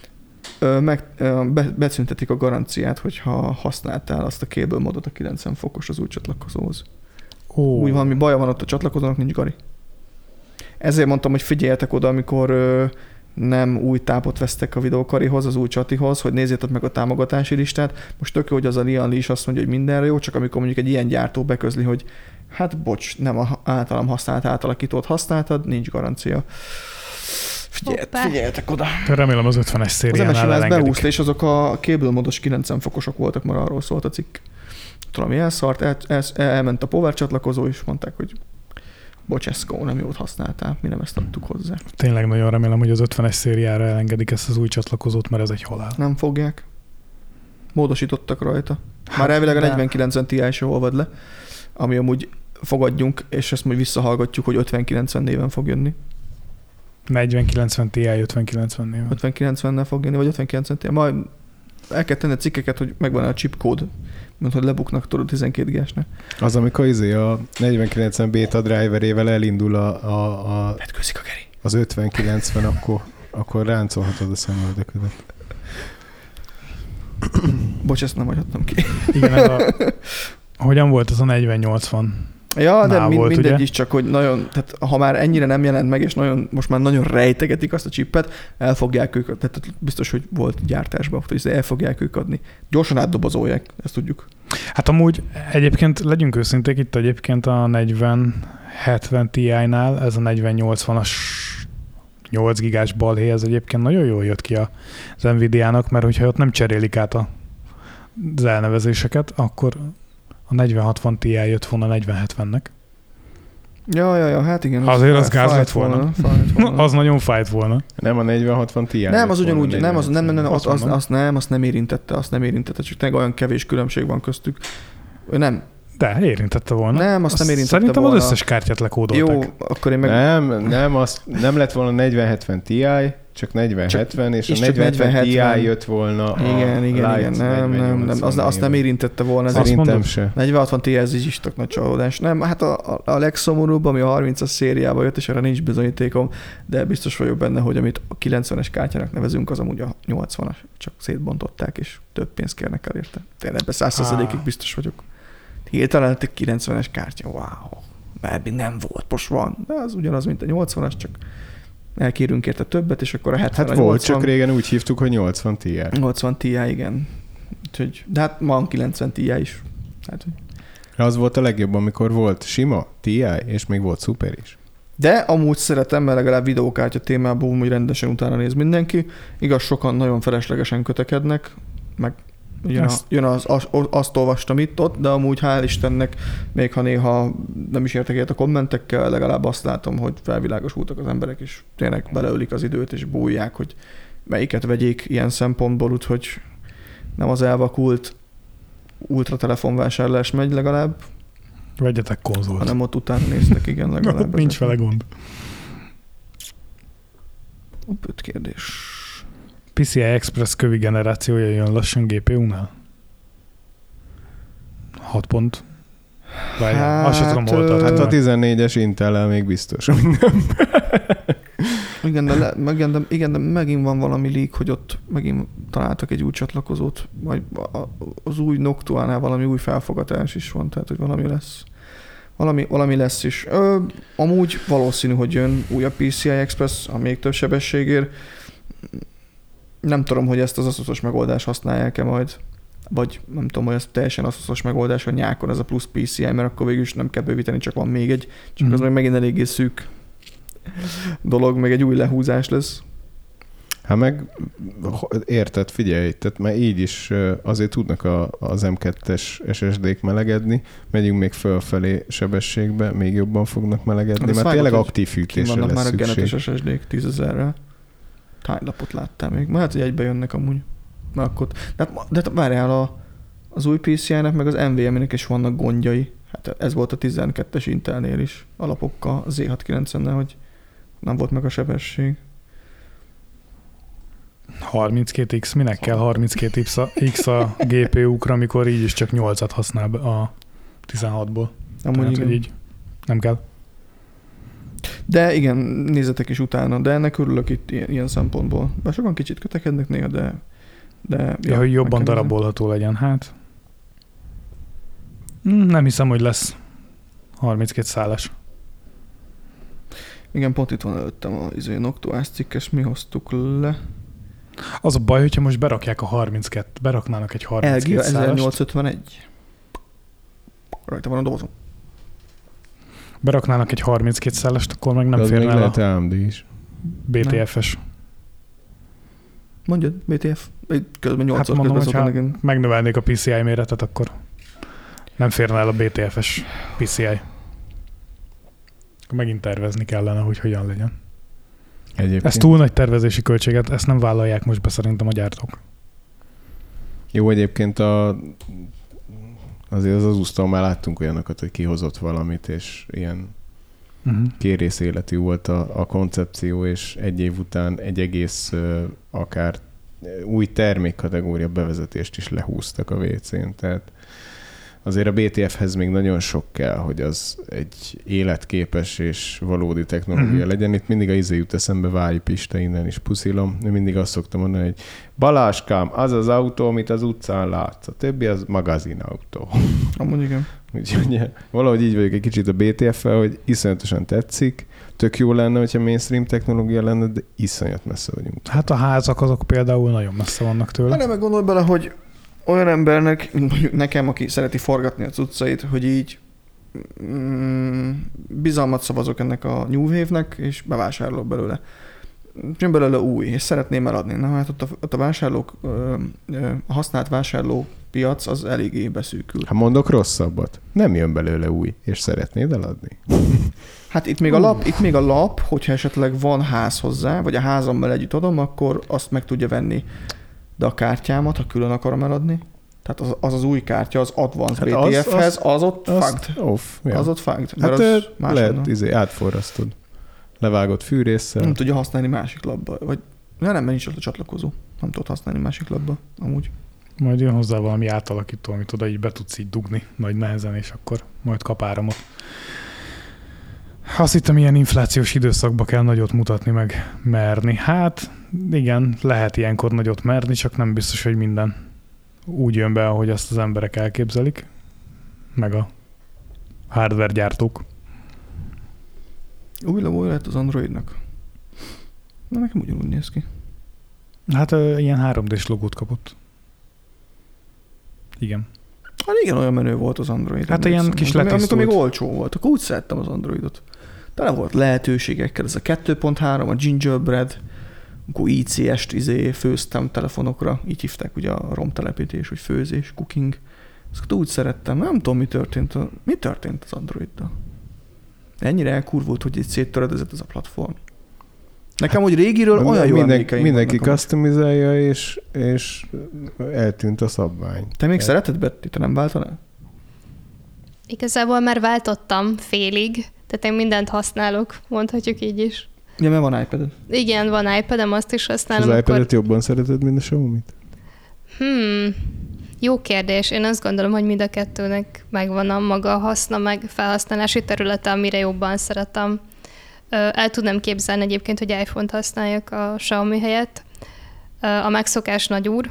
Beszüntetik a garanciát, hogyha használtál azt a cable modot, a 90 fokos az új csatlakozóhoz. Úgy valami baja van ott a csatlakozónak, nincs gari. Ezért mondtam, hogy figyeljetek oda, amikor nem új tápot vesztek a videókarihoz, az új csatihoz, hogy nézzétek meg a támogatási listát. Most tök jó, hogy az a Lian Lee is azt mondja, hogy mindenre jó, csak amikor mondjuk egy ilyen gyártó beközli, hogy hát bocs, nem a általam használt átalakítót használtad, nincs garancia. Hoppá. Figyeljetek oda! remélem az 50-es Az szériánál MSI ezt elengedik. behúzta, és azok a cable modos 90 fokosok voltak, már arról szólt a cikk. Tudom, mi elszart, elment a power csatlakozó, és mondták, hogy bocs, Eszkó, nem jót használtál, mi nem ezt adtuk hozzá. Tényleg nagyon remélem, hogy az 50-es szériára elengedik ezt az új csatlakozót, mert ez egy halál. Nem fogják. Módosítottak rajta. Már elvileg a de- 4090 Ti se olvad le, ami amúgy fogadjunk, és ezt majd visszahallgatjuk, hogy 5090 néven fog jönni. 4090 Ti 5090 néven. 5090-nel fog jönni, vagy 5090 Ti. Majd el kell tenni a cikkeket, hogy megvan a chip kód, mint hogy lebuknak tudod 12 gigásnak. Az, amikor a 4090 beta driverével elindul Vetkőzik a Geri. az 5090, akkor ráncolhatod a szemöldöködet. Bocs, ezt nem hagyhattam ki. Igen, ez a... Hogyan volt az a 4080? Ja, de Nál volt, mindegy ugye? is, csak hogy nagyon, tehát ha már ennyire nem jelent meg, és most már nagyon rejtegetik azt a chipet, el fogják ők, tehát biztos, hogy volt gyártásban, hogy el fogják ők adni. Gyorsan átdobozolják, ezt tudjuk. Hát amúgy egyébként legyünk őszinték, itt egyébként a 4070 Ti-nál ez a 4080-as 8 gigás balhé, ez egyébként nagyon jól jött ki az Nvidia-nak, mert hogyha ott nem cserélik át az elnevezéseket, akkor a 4060 Ti jött volna 4070-nek. Ja, hát igen. Azért az gáz fájt lett volna. fájt volna. Az nagyon fájt volna. Nem a 4060 Ti. Nem, az ugyanúgy, nem, azt mondom. nem érintette, csak tényleg olyan kevés különbség van köztük. Nem, De érintette volna. nem, azt nem érintette Szerintem volna. az összes kártyát lekódolták. Jó, akkor én meg... Nem lett volna 4070 Ti, csak 4070, és a és csak 4070 Ti 4070. jött volna a Igen, Lite nem, 4080 azt nem néven. érintette volna. Ez Azt Szerintem mondod? se. 4060 Ti, ez is tök nagy csalódás. Nem, hát a legszomorúbb, ami a 30-as szériában jött, és erre nincs bizonyítékom, de biztos vagyok benne, hogy amit a 90-es kártyának nevezünk, az amúgy a 80-as, csak szétbontották, és több pénzt kérnek el érte. Tényleg ebben 100%-ig biztos vagyok. Hirtelen lett egy 90-es kártya, wow, mert még nem volt, most van. De az ugyanaz, mint a 80-as, csak elkérünk érte többet, és akkor a 70 Hát a volt, 80, csak régen úgy hívtuk, hogy 80 Ti. 80 Ti, igen. Úgyhogy, de hát ma van 90 Ti is. Hát, hogy Az volt a legjobb, amikor volt sima Ti, és még volt szuper is. de amúgy szeretem, mert legalább videókártya témából úgy rendesen utána néz mindenki. Igaz, sokan nagyon feleslegesen kötekednek, meg jön azt olvastam itt-ott, de amúgy hál' Istennek, még ha néha nem is értek egyet a kommentekkel, legalább azt látom, hogy felvilágosultak az emberek, és tényleg beleölik az időt, és bújják, hogy melyiket vegyék ilyen szempontból, úgyhogy nem az elvakult ultratelefonvásárlás megy legalább. Vegyetek konzolt. hanem ott utána néztek, igen, legalább. Nincs vele gond. 5 kérdés. PCI Express kövi generációja jön lassan GPU-nál? 6 pont. Várjál, azt sem tudom, hol tart. Hát a 14-es Intel-el még biztos, hogy nem. Igen, de megint van valami leak, hogy ott megint találtak egy új csatlakozót, majd az új Noctua-nál valami új felfogatás is van, tehát hogy valami lesz. Valami lesz is. Amúgy valószínű, hogy jön újabb PCI Express a még több sebességért. Nem tudom, hogy ezt az Asus-os megoldást használják-e majd, vagy nem tudom, hogy ez teljesen Asus-os megoldás, hogy nyákon ez a plusz PCI, mert akkor végül is nem kell bővíteni, csak van még egy, csak az meg megint eléggé szűk dolog, meg egy új lehúzás lesz. Hát meg érted, figyelj, tehát már így is azért tudnak az M2-es SSD-k melegedni, megyünk még fölfelé sebességbe, még jobban fognak melegedni, mert tényleg aktív fűtésre lesz már szükség. a genetes SSD-k 10.000-rel. Hány lapot láttál még? Már hát, hogy egybe jönnek amúgy. De várjál, az új PCI-nek meg az NVMe-nek is vannak gondjai. Hát ez volt a 12-es Intelnél is alapokkal, a Z690-nel, hogy nem volt meg a sebesség. 32X, minek kell 32X a GPU-kra, amikor így is csak 8-at használ a 16-ból. Amúgy igen. Így nem kell. De igen, nézzetek is utána, de ennek örülök itt ilyen szempontból. Bár sokan kicsit kötekednek néha, de ja, hogy jobban darabolható legyen, hát. Nem hiszem, hogy lesz 32 szálas. Igen, pont itt van előttem a Noctua-s cikkes, mi hoztuk le. Az a baj, hogyha most berakják beraknának egy 32 szálast. 1851. Rajta van a dobozom. Beraknának egy 32 szálast, akkor meg nem férne el. férne el lehet AMD is. BTF-es. Mondjad, BTF? Közben 8-os hát mondom, hogyha megnövelnék a PCI méretet, akkor nem férne el a BTF-es PCI. Akkor megint tervezni kellene, hogy hogyan legyen. Egyébként. Ez túl nagy tervezési költséget, ezt nem vállalják most be szerintem a gyártók. Jó, egyébként azért az Asus-tól már láttunk olyanokat, hogy kihozott valamit, és ilyen kérész életű volt a koncepció, és egy év után egy egész akár új termékkategória bevezetést is lehúztak a WC-n. Tehát azért a BTF-hez még nagyon sok kell, hogy az egy életképes és valódi technológia legyen. Itt mindig a jut eszembe, Vályi Pista, innen is puszilom. Én mindig azt szoktam mondani, hogy Balázskám, az az autó, amit az utcán látsz. A többi az magazinautó. Amúgy igen. Úgyhogy valahogy így vagyok egy kicsit a BTF-fel, hogy iszonyatosan tetszik. Tök jó lenne, hogyha mainstream technológia lenne, de iszonyat messze vagyunk. Hát a házak azok például nagyon messze vannak tőle. Nem meg gondolj bele, hogy olyan embernek, mondjuk nekem, aki szereti forgatni a cuccait, hogy így bizalmat szavazok ennek a New Wave-nek, és bevásárolok belőle. Jön belőle új, és szeretném eladni. Na hát ott a vásárlók, a használt vásárló piac az eléggé beszűkül. Hát mondok rosszabbat. Nem jön belőle új, és szeretnéd eladni? Hát itt még a lap, hogyha esetleg van ház hozzá, vagy a házammal együtt adom, akkor azt meg tudja venni. De a kártyámat, ha külön akarom eladni, tehát az új kártya, az Advanced hát BTF-hez, az ott fucked. Off. Ja. Az ott fucked. Hát lehet átforrasztod. Levágott fűrésszel. Nem tudja használni másik labba. Vagy nem, nincs ott a csatlakozó. Nem tudod használni másik labba, amúgy. Majd jön hozzá valami átalakító, amit oda így be tudsz így dugni nagy nehezen, és akkor majd kap áramot. Azt hittem, ilyen inflációs időszakban kell nagyot mutatni, meg merni. Hát igen, lehet ilyenkor nagyot merni, csak nem biztos, hogy minden úgy jön be, ahogy azt az emberek elképzelik, meg a hardware gyártók. Új logó lett az Androidnak. Na, nekem ugyanúgy néz ki. Hát ilyen 3D-s logót kapott. Igen. Hát igen, olyan menő volt az Android. Hát ilyen kis letisztult. Amikor még olcsó volt, akkor úgy szerettem az Androidot. Tele volt lehetőségekkel, ez a 2.3, a Gingerbread, akkor ICS-t főztem telefonokra, így hívták ugye a romtelepítés, hogy főzés, cooking. Ezt úgy szerettem, nem tudom, mi történt az Androiddal. Ennyire elkurvult, hogy itt széttöredezett ez a platform. Nekem, hogy régiről olyan jó emlékeim mindenki customizálja, és eltűnt a szabvány. Te még szereted, Betty? Te nem váltanál? Igazából már váltottam félig, tehát én mindent használok, mondhatjuk így is. Ja, mert van iPad-ed. Igen, van iPad-em, azt is használom. Az iPad-et jobban szereted, mint a Xiaomi-t? Jó kérdés. Én azt gondolom, hogy mind a kettőnek megvan a maga haszna, meg felhasználási területe, amire jobban szeretem. El tudnám képzelni egyébként, hogy iPhone-t használjak a Xiaomi helyett. A megszokás nagy úr.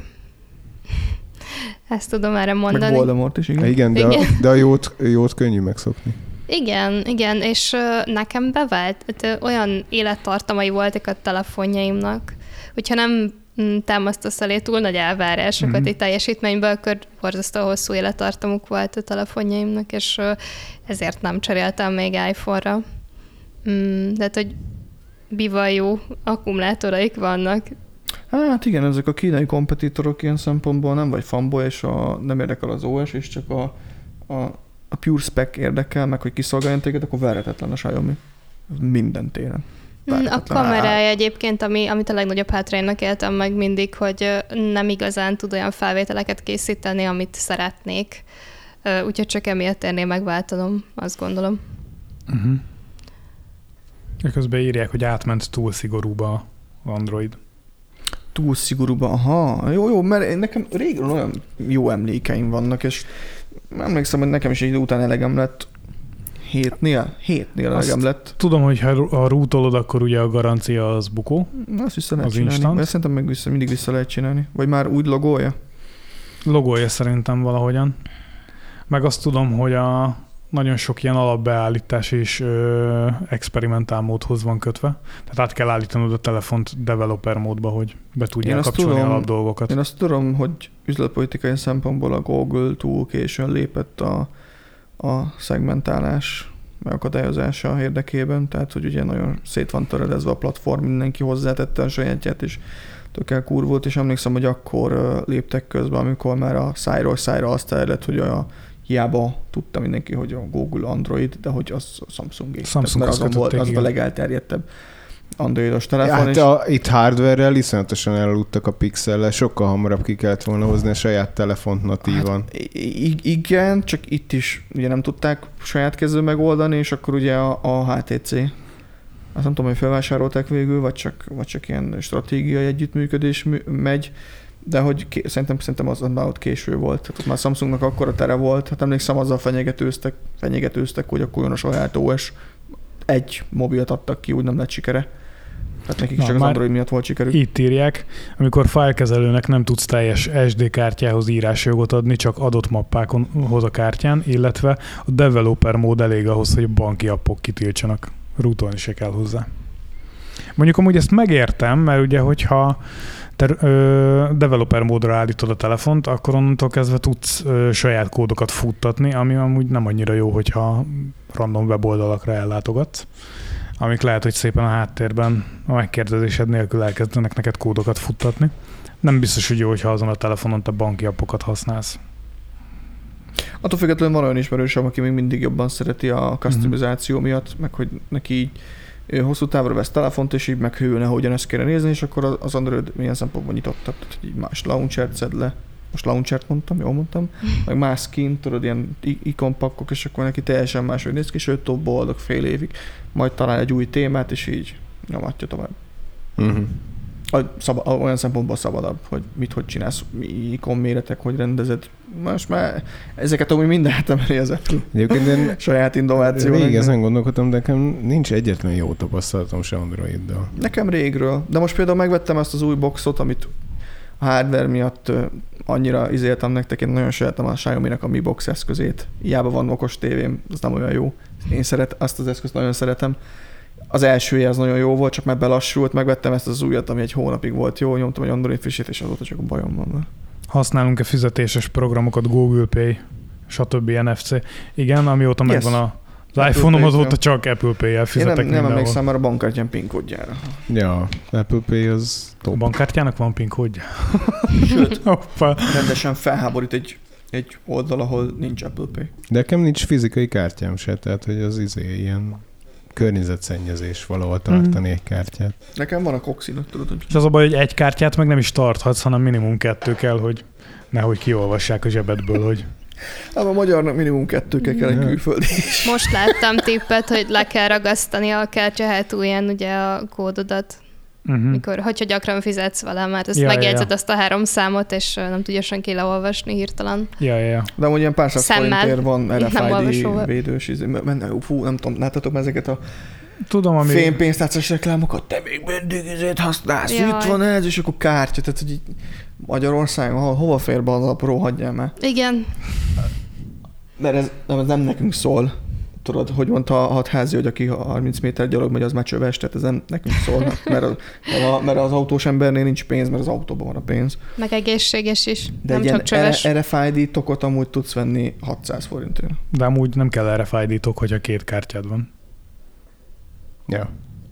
Ezt tudom erre mondani. Meg Voldemort is, igen. Igen, de a jót könnyű megszokni. Igen, és nekem bevált. Olyan élettartamai voltak a telefonjaimnak, hogyha nem támasztasz elé túl nagy elvárásokat egy teljesítményből, akkor borzasztó hosszú élettartamuk volt a telefonjaimnak, és ezért nem cseréltem még iPhone-ra. Tehát, hogy bivaj jó akkumulátoraik vannak. Hát igen, ezek a kínai kompetitorok ilyen szempontból nem vagy fanboy, és nem érdekel az OS, és csak a pure spec érdekel, meg hogy kiszolgáljon téged, akkor verhetetlen a Xiaomi. Minden téren. A kamerája egyébként, amit a legnagyobb hátránynak éltem meg mindig, hogy nem igazán tud olyan felvételeket készíteni, amit szeretnék. Úgyhogy csak emiatt érné megváltanom, azt gondolom. Közben írják, hogy átment túl szigorúba Android. Túl szigorúba, aha. Jó, mert nekem régen olyan jó emlékeim vannak, és emlékszem, hogy nekem is egy idő után elegem lett. Hétnél elegem lett. Tudom, hogy ha rootolod, akkor ugye a garancia az bukó. Azt vissza lehet csinálni. Mert szerintem mindig vissza lehet csinálni. Vagy már úgy logolja? Logolja szerintem valahogyan. Meg azt tudom, hogy nagyon sok ilyen alapbeállítás is experimentál módhoz van kötve. Tehát át kell állítanod a telefont developer módba, hogy be tudják kapcsolni alap dolgokat. Én azt tudom, hogy üzletpolitikai szempontból a Google túl későn lépett a szegmentálás megakadályozása érdekében, tehát hogy ugye nagyon szét van töredezve a platform, mindenki hozzátette a sajátját, és tök elkurvult, és emlékszem, hogy akkor léptek közben, amikor már a szájról szájra azt lett, hogy hiába tudta mindenki, hogy a Google Android, de hogy az a Samsung-é. Mert azon volt az a legelterjedtebb androidos telefon. Ja, hát itt hardware-rel iszonyatosan elaludtak a Pixel-lel, sokkal hamarabb ki kellett volna hozni a saját telefont natívan. Hát, igen, csak itt is ugye nem tudták saját kézzel megoldani, és akkor ugye a HTC. Azt nem tudom, hogy felvásárolták végül, vagy csak ilyen stratégiai együttműködés megy, de hogy szerintem az már ott késő volt. Tehát ott már Samsungnak akkora tere volt, hát emlékszem, azzal fenyegetőztek, hogy akkor jön a saját OS. Egy mobilt adtak ki, úgy nem lett sikere. Tehát nekik csak az Android miatt volt sikerük. Itt írják, amikor fájlkezelőnek nem tudsz teljes SD kártyához írásjogot adni, csak adott mappákhoz a kártyán, illetve a developer mód elég ahhoz, hogy a banki appok kitiltsanak. Rootolni se kell hozzá. Mondjuk amúgy ezt megértem, mert ugye, hogyha te developer módra állítod a telefont, akkor onnantól kezdve tudsz saját kódokat futtatni, ami amúgy nem annyira jó, hogyha random weboldalakra ellátogatsz, amik lehet, hogy szépen a háttérben a megkérdezésed nélkül elkezdenek neked kódokat futtatni. Nem biztos, hogy jó, hogyha azon a telefonon te banki appokat használsz. Attól függetlenül van olyan ismerősöm, aki még mindig jobban szereti a customizáció miatt, meg hogy neki így hosszú távra vesz telefont, és így meghűlne, hogyan ezt kéne nézni, és akkor az Android milyen szempontból nyitottabb, tehát így más launchert szed le. Most launchert mondtam, jól mondtam, meg más skin, tudod, ilyen ikonpakkok, és akkor neki teljesen máshogy néz ki, és ő több boldog fél évig, majd talál egy új témát, és így nyomatja tovább. Olyan szempontból szabadabb, hogy hogy csinálsz, ikonméretek, hogy rendezed. Most már ezeket amúgy mindent emeli az Apple. Egyébként saját innováció. Végig ezen gondolkodtam, de nekem nincs egyetlen jó tapasztalatom se Androiddal. Nekem régről. De most például megvettem ezt az új boxot, amit a hardware miatt annyira izéltem nektek, én nagyon szeretem a Xiaomi-nek a Mi Box eszközét. Hiába van okos tévém, az nem olyan jó. Én azt az eszközt nagyon szeretem. Az elsője az nagyon jó volt, csak már belassult, megvettem ezt az újat, ami egy hónapig volt jó, nyomtam egy Android frissét, és azóta csak a bajom van. Használunk-e fizetéses programokat, Google Pay, stb. NFC? Igen, amióta megvan az iPhone-om, azóta csak Apple Pay-jel fizetek. Én nem emlékszem már a bankkártyám PIN kódjára. Ja, Apple Pay az top. A bankkártyának van PIN kódja? Sőt, rendesen felháborít egy oldal, ahol nincs Apple Pay. De nekem nincs fizikai kártyám se, tehát hogy az ilyen környezetszennyezés valahol tartani egy kártyát. Nekem van a Coxinak, tudod. És az a baj, hogy egy kártyát meg nem is tarthatsz, hanem minimum 2 kell, hogy nehogy kiolvassák a zsebedből, hogy A magyarnak minimum 2 kell egy külföldi is. Most láttam tippet, hogy le kell ragasztani a kártya hátulján ugye a kódodat. Mikor, hogyha gyakran fizetsz vele, mert ezt megjegyzed azt a 3 számot, és nem tudja senki leolvasni hirtelen. Ja. De amúgy ilyen pár száz forintért van RFID védős. Fú, nem tudom, láttatok ezeket a fénypénztárcás reklámokat? Te még mindig ezért használsz, itt van ez, és akkor kártya. Tehát, hogy Magyarországon hova fér be az apró, hagyjál már. Igen. Mert ez nem nekünk szól. Tudod, hogy mondta a hatházi, hogy aki 30 méter gyalog megy, az már csöves, tehát ez nem nekünk szól, mert az autós embernél nincs pénz, mert az autóban van a pénz. Meg egészséges is, de nem csak csöves. De RFID tokot amúgy tudsz venni 600 forintért. De amúgy nem kell RFID tok, hogyha 2 kártyád van. Ja.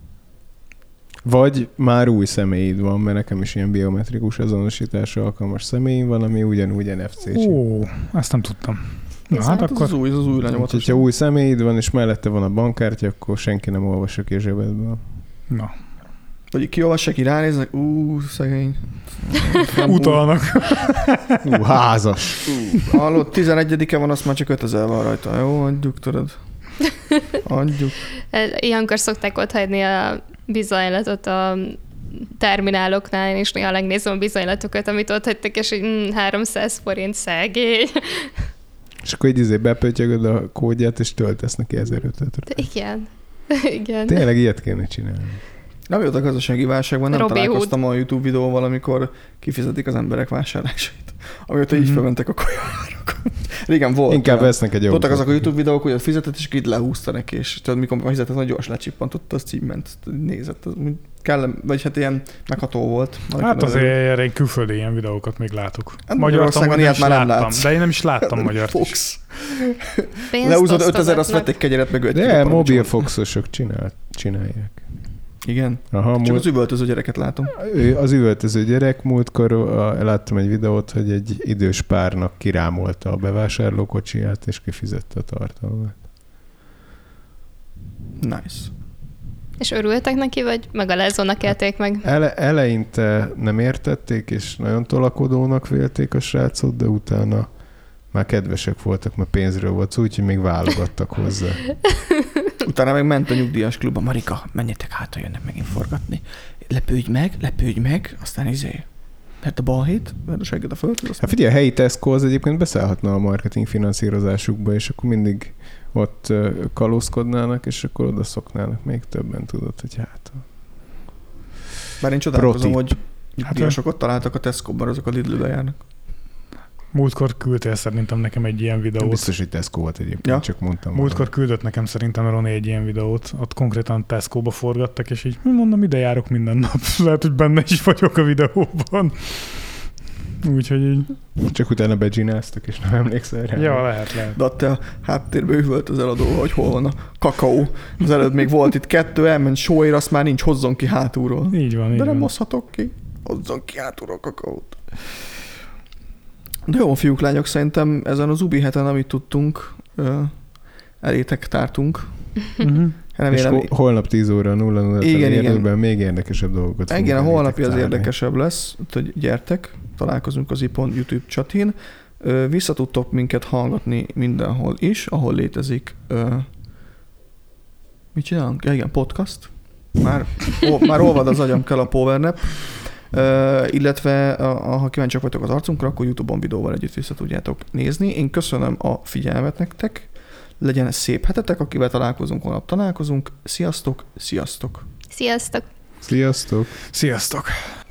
Vagy már új személyid van, mert nekem is ilyen biometrikus azonosításra alkalmas személyim van, ami ugyanúgy NFC-s. Ó, ezt nem tudtam. Na, hát akkor... az új lenyomatos. Ha új személyid van, és mellette van a bankkártya, akkor senki nem olvassa ki a zsebedből. Na. Vagy kiolvassa, ki ránéznek, szegény. Utalnak. Házas. Hallod, 11-e van, azt már csak 5000 van rajta. Jó, adjuk, tudod. Adjuk. Ilyenkor szokták ott hagyni a bizonylatot a termináloknál, én is néha megnézem a bizonylatokat, amit ott hagytak, és így 300 forint szegény. És akkor így bepötyögöd a kódját, és töltesz neki 1500-re. Igen. Tényleg ilyet kéne csinálni. Nem jött a gazdasági válságban, nem Robin találkoztam a YouTube videóval, amikor kifizetik az emberek vásárlásait. Amióta így felmentek a kajárak. Régen volt. Inkább vesznek egy autót. Voltak azok a YouTube videók, hogy ott fizetett, és így lehúzta neki, és tudod, mikor fizetett, nagyon gyors lecsippantott, az így ment, nézett. Vagy hát ilyen megható volt. Hát azért én külföldi ilyen videókat még látok. Hát Magyarországon ilyet már nem látsz. De én nem is láttam magyart Fox. Leúzod 5000, azt vett egy kegyeret, meg 5 De mobil foxosok csinálják. Igen? Aha, csak az üvöltöző gyereket látom. Az üvöltöző gyerek, múltkor láttam egy videót, hogy egy idős párnak kirámolta a bevásárlókocsiját, és kifizette a tartalmát. Nice. És örültek neki, vagy megalázónak élték meg? Eleinte nem értették, és nagyon tolakodónak vélték a srácot, de utána már kedvesek voltak, mert pénzről volt szó, úgyhogy még válogattak hozzá. Utána meg ment a nyugdíjas klubba. Marika, menjetek hátra, jönnek megint forgatni. Lepődj meg, aztán mert a balhét, mert a segged a föld. Hát figyelj, a helyi Tesco az egyébként beszállhatna a marketing finanszírozásukba, és akkor mindig ott kalózkodnának, és akkor oda szoknának még többen, tudod, hogy hát... Bár én csodálkozom, hogy nyugdíjasokat találtak a Tesco-ban, azok a Lidl-be járnak. Múltkor küldtél szerintem nekem egy ilyen videót. Biztos, hogy Tesco volt egyébként, csak mondtam. Múltkor küldött nekem szerintem Roni egy ilyen videót. Ott konkrétan Tesco-ba forgattak, és így mondom, ide járok minden nap. Lehet, hogy benne is vagyok a videóban. Úgyhogy így... Csak utána becsináztak, és nem emlékszel rá. Ja, lehet. De ott a háttérben üvölt az eladó, hogy hol van a kakaó. Az előtt még volt itt 2, elment sóér, azt már nincs, hozzon ki hátulról. Így van. De nem hozhatok ki. Hozzon ki hátulról a kakaót. De jó, fiúk, lányok, szerintem ezen az Ubi heten, amit tudtunk, elétek tártunk. És holnap 10 óra 00 igen. még érdekesebb dolgokat fogunk. Igen, a holnapi az érdekesebb lesz, hogy gyertek, találkozunk az IPON YouTube chatén. Vissza tudtok minket hallgatni mindenhol is, ahol létezik mit csinálunk? Ja, igen, podcast. Már olvad az agyam, kell a PowerNap. Illetve ha kíváncsiak vagytok az arcunkra, akkor YouTube-on videóval együtt vissza tudjátok nézni. Én köszönöm a figyelmet nektek. Legyen szép hetetek, akivel találkozunk, holnap találkozunk. Sziasztok! Sziasztok! Sziasztok! Sziasztok!